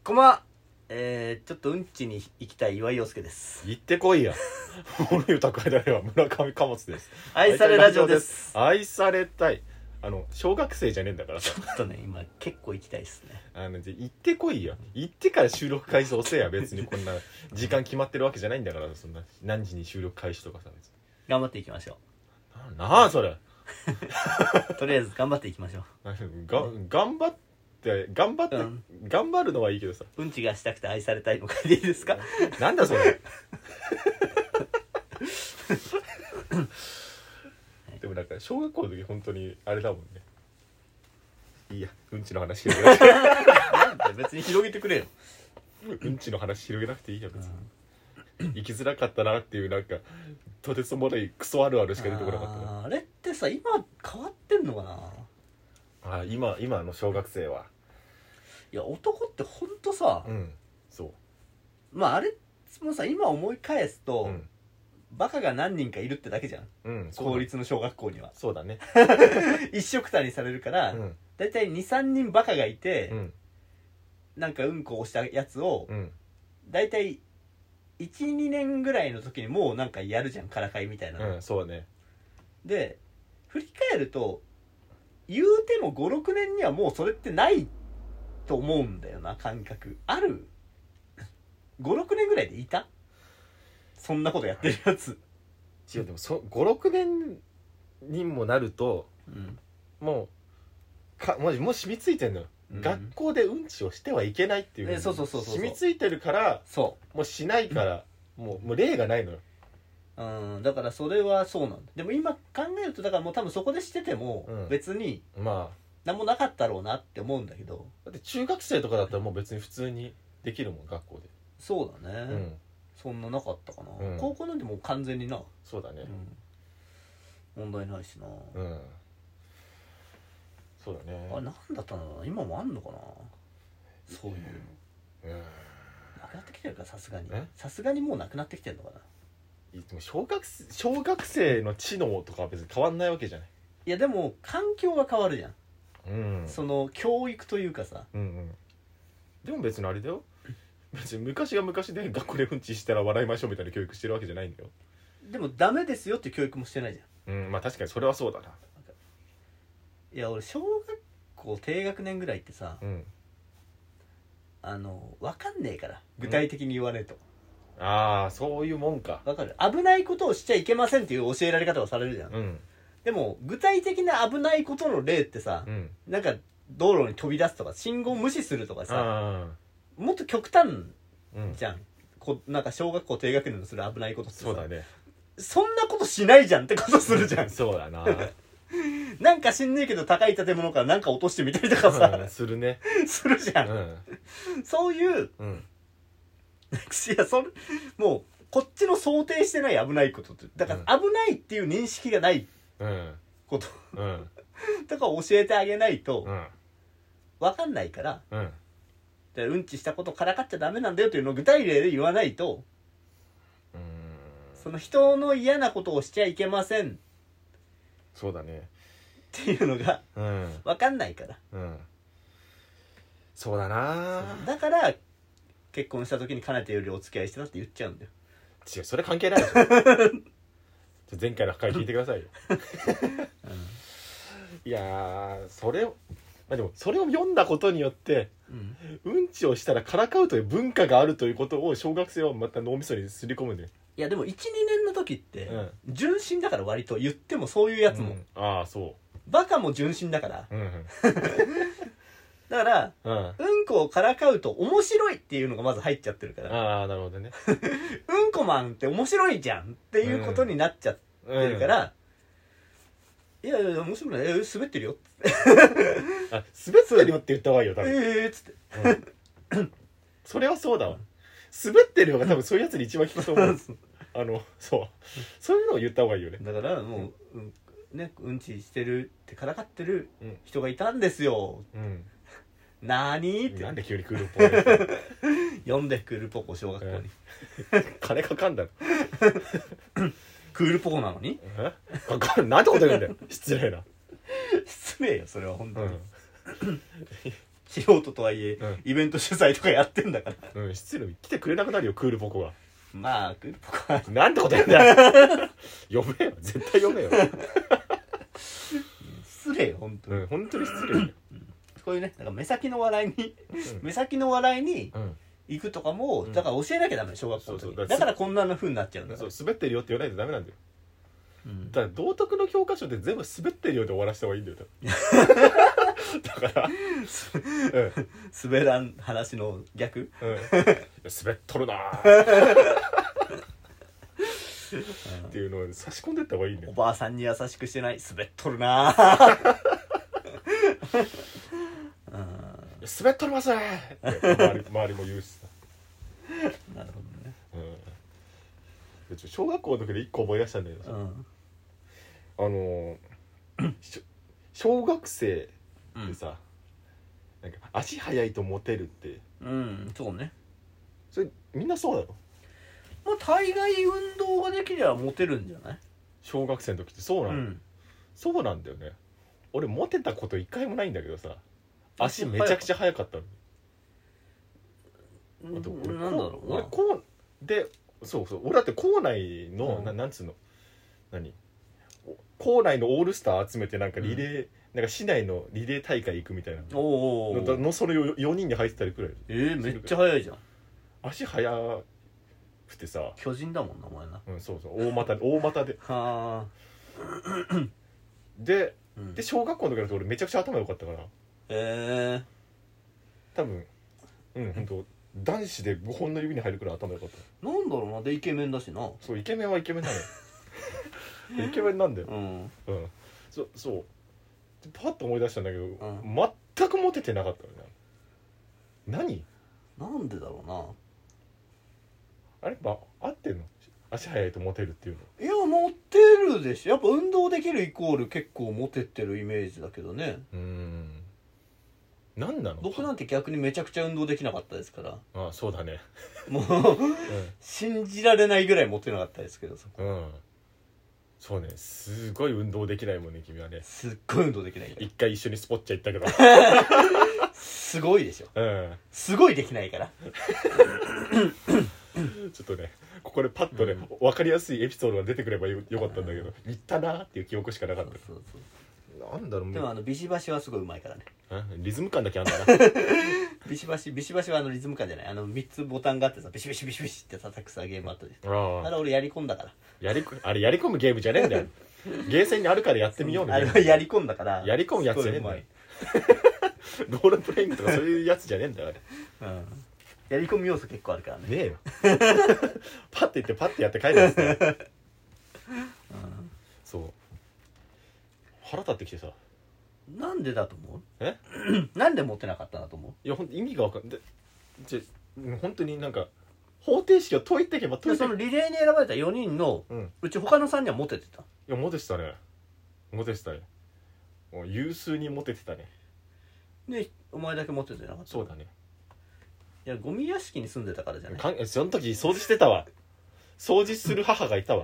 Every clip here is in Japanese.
こんばんは。ちょっとうんちに行きたい岩井陽介です。 行ってこいや。俺豊だよ、村上貨物です。 愛されラジオです。 愛されたい。小学生じゃねえんだからさ。 ちょっとね、今結構行きたいですね。 じゃ行ってこいや。行ってから収録開始遅えや。別にこんな時間決まってるわけじゃないんだから、そんな何時に収録開始とかさ。別に頑張っていきましょなあそれ。 う。とりあえず頑張っていきましょう。 頑張って、頑張るのはいいけどさ。 うんちがしたくて愛されたいのかでいいですか。 なんだそれ。でもなんか小学校の時本当にあれだもんね。いいや、うんちの話広げなくてなんで別に広げてくれよ。 うんちの話広げなくていいや別に、生きづらかったなっていうなんかとてつもないクソあるあるしか出てこなかったな。 あれってさ、今変わってんのかな。 今の小学生は。 いや、男ってほんとさ、 そう。 まああれもさ、今思い返すと、 うんバカが何人かいるってだけじゃん、公立の小学校には。 そうだね。 一緒くたにされるから、だいたい 2,3 人バカがいて、なんかうんこをしたやつを、だいたい 1,2 年ぐらいの時にもうなんかやるじゃん、からかいみたいなの、 そうだね。で振り返ると言うても 5,6 年にはもうそれってないと思うんだよな、感覚ある。5,6 年ぐらいでいたそんなことやってるやつ。 違う、でも5,6 年にもなると、もう染みついてんのよ、学校でうんちをしてはいけないっていう、 そう染みついてるから、もうしないから、もう例がないのよ。 だからそれはそうなんだ。でも今考えると、だからもう多分そこでしてても別に何もなかったろうなって思うんだけど、 だって中学生とかだったらもう別に普通にできるもん、学校で。 そうだね、そんななかったかな、高校なんてもう完全にな。 そうだね、 問題ないしな。 そうだね。 あれ何だったんだろうな、今もあんのかな、そういうの。なくなってきてるか、さすがにもうなくなってきてるのかな。 でも小学生の知能とかは別に変わんないわけじゃない。 いやでも環境が変わるじゃん、その教育というかさ、 でも別にあれだよ、別に昔が昔で学校でうんちしたら笑いましょうみたいな教育してるわけじゃないんだよ。 でもダメですよって教育もしてないじゃん。まあ確かにそれはそうだな。 いや俺小学校低学年ぐらいってさ、分かんねえから具体的に言われると、 そういうもんか。 分かる。危ないことをしちゃいけませんっていう教えられ方をされるじゃん、でも具体的な危ないことの例ってさ、なんか道路に飛び出すとか信号無視するとかさ、もっと極端じゃん、なんか小学校低学年のする危ないことってさ、 そうだね、 そんなことしないじゃんってことするじゃんそうだな。 なんか知んねえけど高い建物からなんか落としてみたりとかさ、 するね。 するじゃん、そういう、いやそれもうこっちの想定してない危ないことって、だから危ないっていう認識がないこと、だから教えてあげないと分かんないから、うんちしたことからかっちゃダメなんだよというのを具体例で言わないと、その人の嫌なことをしちゃいけません、 そうだねっていうのが分かんないから、 そうだな。 だから結婚した時にかねてよりお付き合いしてたって言っちゃうんだよ。 違う、それ関係ないでしょ。前回の回聞いてくださいよ。いやー、それをでもそれを読んだことによって、うんちをしたらからかうという文化があるということを小学生はまた脳みそにすり込むんで。 いやでも 1,2 年の時って純真だから、割と言ってもそういうやつも、 そうバカも純真だから、だから、うんこをからかうと面白いっていうのがまず入っちゃってるから、 なるほどね。 うんこマンって面白いじゃんっていうことになっちゃってるから、いや面白くない、滑ってるよ滑ってるよって言った方がいいよ多分。 っつって、 それはそうだわ。滑ってるよが多分そういうやつに一番効くと思う。そういうのを言った方がいいよね。 だからもう、うんちしてるってからかってる人がいたんですよ、なーにーって。 なんで急にクールポコ読んでクールポコ小学校に、 金かかんだろ。 クールポコなのにかかる、なんてこと言うんだよ。失礼な。 失礼よそれは本当に、 素人とはいえ、イベント主催とかやってんだから。 失礼、来てくれなくなるよクールポコが。 まあクールポコはなんてことやんだよ読めよ、絶対読めよ失礼よ本当に、 本当に失礼よこういうね、なんか目先の笑いに目先の笑いに行くとかも、だから教えなきゃダメ、小学校の時。だからこんな風になっちゃうんだ。 そう、滑ってるよって言わないとダメなんだよ。だから道徳の教科書で全部滑ってるよで終わらせた方がいいんだよだから滑らん話の逆、 滑っとるなっていうのを差し込んでった方がいいんだよ。 おばあさんに優しくしてない、滑っとるな滑っとりますって周りも言うしさなるほどね。 小学校の時で一個思い出したんだけどさ、小学生でさ、なんか足速いとモテるって、 そうね。 それみんなそうだろ。 まあ大概運動ができればモテるんじゃない？ 小学生の時ってそうなの、そうなんだよね。俺モテたこと一回もないんだけどさ、足めちゃくちゃ速かったの。 なんだろうな。 俺こうで、そう俺だって校内の、なんつうの、校内のオールスター集めてなんかリレー、なんか市内のリレー大会行くみたいなのそれを4人に入ってたりくらい。 めっちゃ速いじゃん。 足速くてさ、 巨人だもんなお前な。 そう大股ではあ。で小学校の時だと俺めちゃくちゃ頭良かったから、多分本当男子で5本の指に入るくらい頭良かった。 なんだろうな。でイケメンだしな。 そう、イケメンはイケメンなのよイケメンなんだよ。そうパッと思い出したんだけど、全くモテてなかったよね。 なんでだろうな。 あれ合ってんの？足速いとモテるっていうの。 いやモテるでしょ。やっぱ運動できるイコール結構モテてるイメージだけどね。 なんなの？ 僕なんて逆にめちゃくちゃ運動できなかったですから。 ああ、そうだね。 もう、信じられないぐらいモテなかったですけど。 そうね、すごい運動できないもんね君はね。 すっごい運動できない。 一回一緒にスポッチャ行ったけどすごいでしょ。すごいできないからちょっとね、ここでパッとね、分かりやすいエピソードが出てくればよかったんだけど、行ったなーっていう記憶しかなかった。なんだろう。 でもビシバシはすごいうまいからね。 リズム感だけあんだなビシバシはリズム感じゃない。3つボタンがあってさ、ビシビシビシビシって叩くさゲームあったでしょ。あれ俺やり込んだから。あれやり込むゲームじゃねえんだよゲーセンにあるからやってみようね。 あれはやり込んだから。 やり込むやつじゃねえんだよロールプレイングとかそういうやつじゃねえんだよあれ。 やり込み要素結構あるからね。 ねえよパッて行ってパッてやって帰るんですねそう腹立ってきてさ。 なんでだと思う？なんで持ってなかったなと思う？ いやほんと意味が分かんない。本当になんか方程式を解いていけば解いていけば。 そのリレーに選ばれた4人のうち他の3人はモテてた。 いやモテてたね。もう有数にモテてたね。 でお前だけモテてなかった。 そうだね。 いやゴミ屋敷に住んでたからじゃない。 その時掃除してたわ。掃除する母がいたわ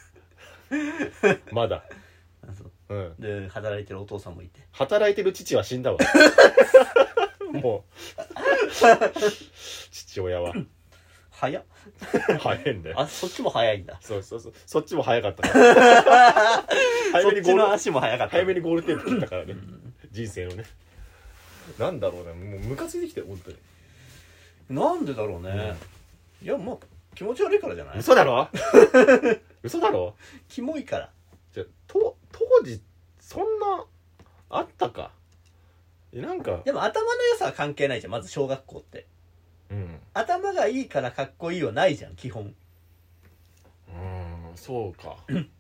まだ。で働いてるお父さんもいて。 働いてる父は死んだわもう父親は早っ早いんだよ。 そっちも早いんだ。 そうそっちも早かったからそっちの足も早かった。 早めにゴールテープ切ったからね人生のね。なんだろうね、もうムカついてきて本当に。 なんでだろうね。いやもう気持ち悪いからじゃない？ 嘘だろ嘘だろ。 キモいから。 じゃ当時そんなあったか。なんかでも頭の良さは関係ないじゃん。まず小学校って、頭がいいからかっこいいはないじゃん基本。 そうか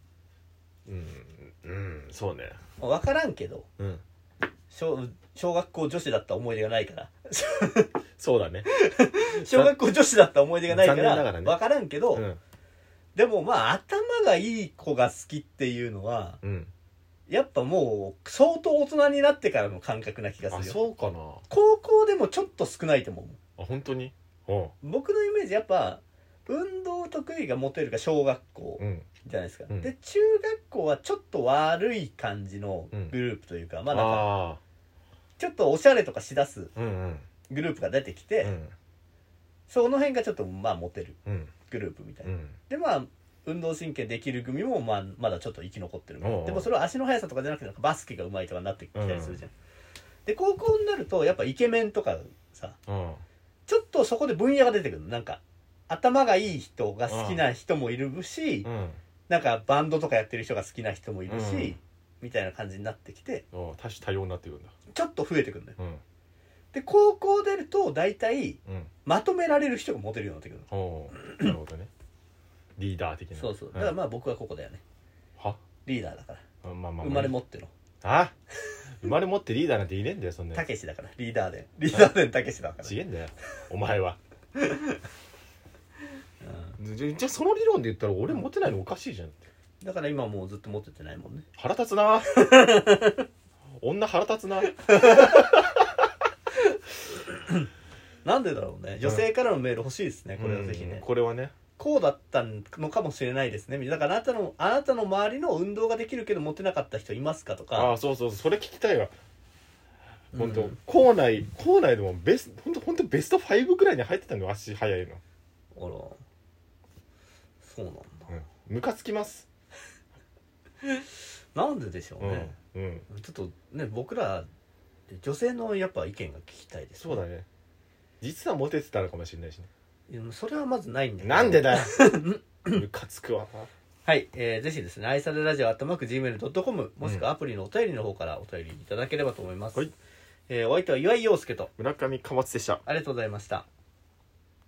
そうね。 分からんけど、小学校女子だった思い出がないからそうだね小学校女子だった思い出がないから残念ながらね分からんけど、でもまあ頭がいい子が好きっていうのは、やっぱもう相当大人になってからの感覚な気がするよ。 そうかな。 高校でもちょっと少ないと思う。 本当に。 僕のイメージやっぱ運動得意がモテるが小学校じゃないですか、で中学校はちょっと悪い感じのグループというか、まあなんかちょっとおしゃれとかしだすグループが出てきて、うん、その辺がちょっとまあモテるグループみたいな、うん、でまあ運動神経できる組もまだちょっと生き残ってる。でもそれは足の速さとかじゃなくてバスケが上手いとかになってきたりするじゃん、うん、で高校になるとやっぱイケメンとかさ、うん、ちょっとそこで分野が出てくる。なんか頭がいい人が好きな人もいるし、うん、なんかバンドとかやってる人が好きな人もいるし、うん、みたいな感じになってきて多種多様になってくるんだ。 ちょっと増えてくるんだよ、うん、で高校出ると大体、うん、まとめられる人がモテるようになってくる。 なるほどね。リーダー的な。 そうそう。だからまあ僕はここだよね。 はリーダーだから、 まあ生まれ持っての。 あ生まれ持ってリーダーなんていねえんだよそんな。 たけしだからリーダーでたけしだから。 違えんだよお前は。じゃあその理論で言ったら俺持ってないのおかしいじゃんって。 だから今もうずっと持っててないもんね。 腹立つな女腹立つななんでだろうね。女性からのメール欲しいですね、これはぜひね。 これはねこうだったのかもしれないですね。だからあなたの周りの運動ができるけどモテなかった人いますかとか。 あ、そうそれ聞きたいわ。本当、校内でも本当ベスト5ぐらいに入ってたの。足速いの。 あらそうなんだ、 ムカつきますなんででしょうね、うんうん、ちょっとね僕ら女性のやっぱ意見が聞きたいです、ね、 そうだね。実はモテてたのかもしれないしね。 いやそれはまずないんだけど。 なんでだよムカつくわ。 はい、ぜひですね愛されラジオ@gmail.com もしくはアプリのお便りの方からお便りいただければと思います、はい。お相手は岩井陽介と村上貨物でした。 ありがとうございました。